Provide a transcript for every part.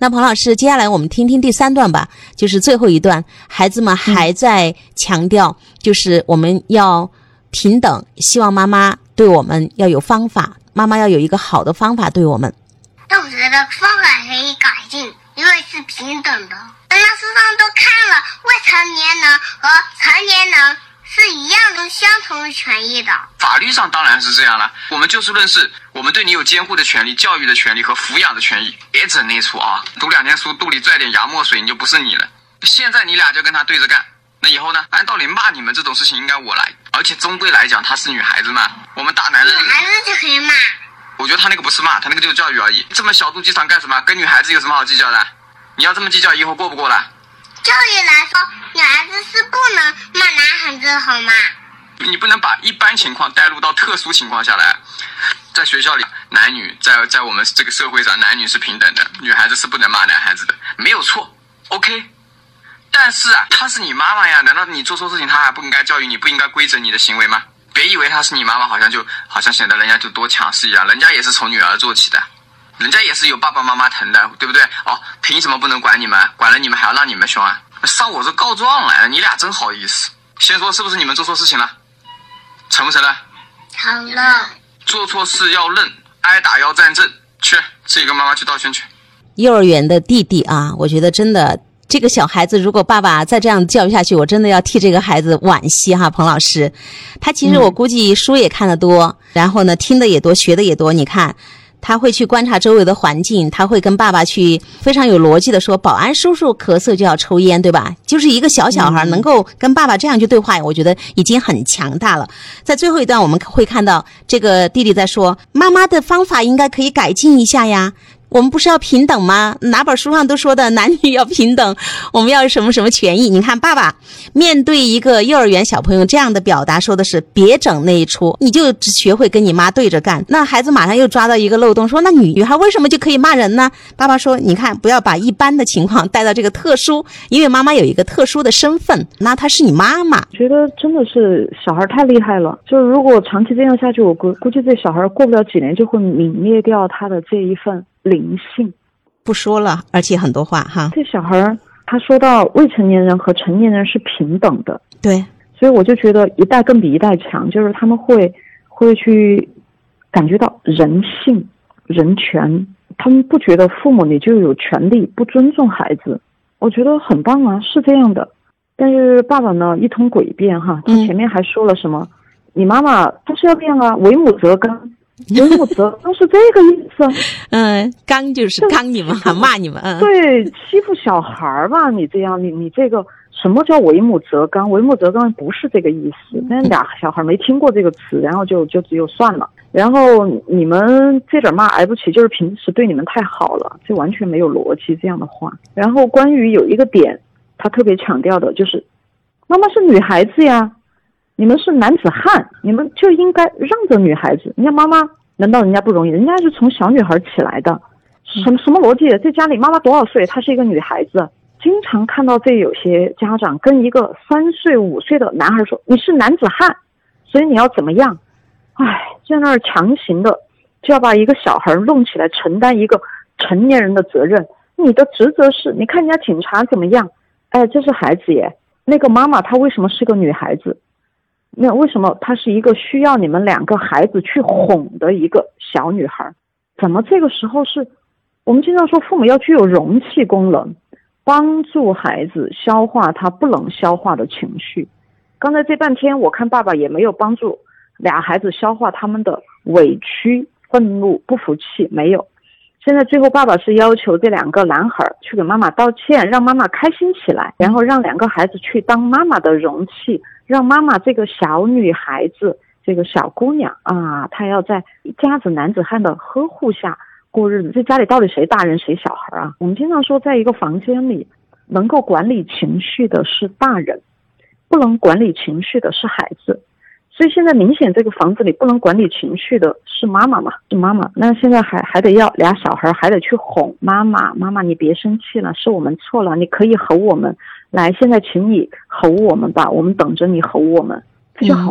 那彭老师，接下来我们听听第3段吧，就是最后一段，孩子们还在强调，就是我们要平等，希望妈妈对我们要有方法，妈妈要有一个好的方法对我们。 但我觉得方法可以改进，因为是平等的。那书上都看了，未成年人和成年人是一样的相同的权益的。 法律上当然是这样了，我们就事论事，我们对你有监护的权利、教育的权利和抚养的权益。别整那出啊，读2年书肚里拽点牙墨水你就不是你了。现在你俩就跟他对着干，那以后呢，按道理骂你们这种事情应该我来，而且终归来讲她是女孩子嘛，我们大男人女孩子就可以骂。 我觉得他那个不是骂，他那个就是教育而已。这么小肚鸡肠干什么？跟女孩子有什么好计较的？你要这么计较，以后过不过了？ 教育来说，女孩子是不能骂男孩子好吗？ 你不能把一般情况带入到特殊情况下来。在学校里，男女在我们这个社会上，男女是平等的，女孩子是不能骂男孩子的，没有错 ，OK。但是啊，她是你妈妈呀，难道你做错事情她还不应该教育你，不应该规整你的行为吗？别以为她是你妈妈，好像显得人家就多强势一样，人家也是从女儿做起的，人家也是有爸爸妈妈疼的，对不对？哦，凭什么不能管你们？管了你们还要让你们凶啊？上我这告状来了，你俩真好意思。先说是不是你们做错事情了？承不承认？ 承认。 做错事要认，挨打要站正。去，自己跟妈妈去道歉去。 幼儿园的弟弟啊，我觉得真的这个小孩子，如果爸爸再这样教育下去，我真的要替这个孩子惋惜哈。彭老师，他其实我估计书也看得多，然后呢听的也多，学的也多。你看他会去观察周围的环境，他会跟爸爸去非常有逻辑的说，保安叔叔咳嗽就要抽烟，对吧？就是一个小孩能够跟爸爸这样去对话，我觉得已经很强大了。在最后一段我们会看到这个弟弟在说，妈妈的方法应该可以改进一下呀，我们不是要平等吗？哪本书上都说的男女要平等，我们要什么什么权益。你看爸爸面对一个幼儿园小朋友这样的表达，说的是别整那一出，你就只学会跟你妈对着干。那孩子马上又抓到一个漏洞，说那女孩为什么就可以骂人呢？爸爸说你看，不要把一般的情况带到这个特殊，因为妈妈有一个特殊的身份，那她是你妈妈。 觉得真的是小孩太厉害了，就是如果长期这样下去，我估计这小孩过不了几年就会泯灭掉他的这一份灵性。 不说了，而且很多话哈。 这小孩他说到未成年人和成年人是平等的， 对， 所以我就觉得一代更比一代强，就是他们会去感觉到人性、人权，他们不觉得父母你就有权利不尊重孩子，我觉得很棒啊，是这样的。但是爸爸呢一通诡辩哈，他前面还说了什么，你妈妈她是要这样啊，为母则刚。为母则刚是这个意思。 刚就是刚你们，还骂你们。 对，欺负小孩吧，你这样，你这个什么叫为母则刚？为母则刚不是这个意思。但俩小孩没听过这个词，然后就只有算了。然后你们这点骂挨不起，就是平时对你们太好了，这完全没有逻辑这样的话。然后关于有一个点，他特别强调的就是，妈妈是女孩子呀。你们是男子汉，你们就应该让着女孩子。人家妈妈难道人家不容易？人家是从小女孩起来的，什么逻辑？在家里妈妈多少岁？她是一个女孩子。经常看到这有些家长跟一个3岁5岁的男孩说，你是男子汉，所以你要怎么样？在那儿强行的就要把一个小孩弄起来承担一个成年人的责任。你的职责是，你看人家警察怎么样？这是孩子耶。那个妈妈她为什么是个女孩子？那为什么她是一个需要你们2个孩子去哄的一个小女孩？怎么这个时候是我们经常说父母要具有容器功能，帮助孩子消化他不能消化的情绪。刚才这半天我看爸爸也没有帮助俩孩子消化他们的委屈、愤怒、不服气，没有。现在最后爸爸是要求这2个男孩去给妈妈道歉，让妈妈开心起来，然后让2个孩子去当妈妈的容器，让妈妈这个小女孩子，这个小姑娘啊，她要在一家子男子汉的呵护下过日子。这家里到底谁大人谁小孩啊？我们经常说在一个房间里能够管理情绪的是大人，不能管理情绪的是孩子。所以现在明显这个房子里不能管理情绪的是妈妈嘛，是妈妈。那现在还得要俩小孩还得去哄妈妈，妈妈你别生气了，是我们错了，你可以吼我们，来现在请你吼我们吧，我们等着你吼我们，这就好了。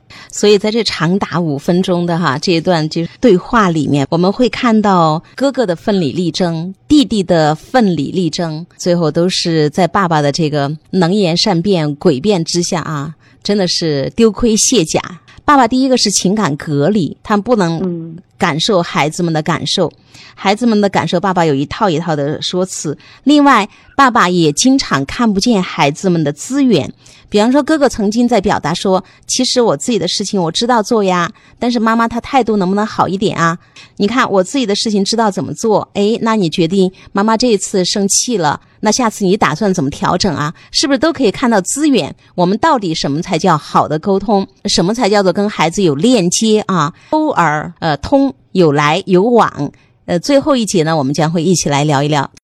所以在这长达5分钟的这一段就是对话里面，我们会看到哥哥的奋力力争，弟弟的奋力力争，最后都是在爸爸的这个能言善辩诡辩之下真的是丢盔卸甲。爸爸第一个是情感隔离，他不能感受孩子们的感受，孩子们的感受爸爸有一套一套的说辞。另外爸爸也经常看不见孩子们的资源，比方说哥哥曾经在表达说，其实我自己的事情我知道做呀，但是妈妈她态度能不能好一点啊？你看我自己的事情知道怎么做，那你决定妈妈这一次生气了，那下次你打算怎么调整啊？是不是都可以看到资源？我们到底什么才叫好的沟通？什么才叫做跟孩子有链接沟而通，有来有往。最后一节呢，我们将会一起来聊一聊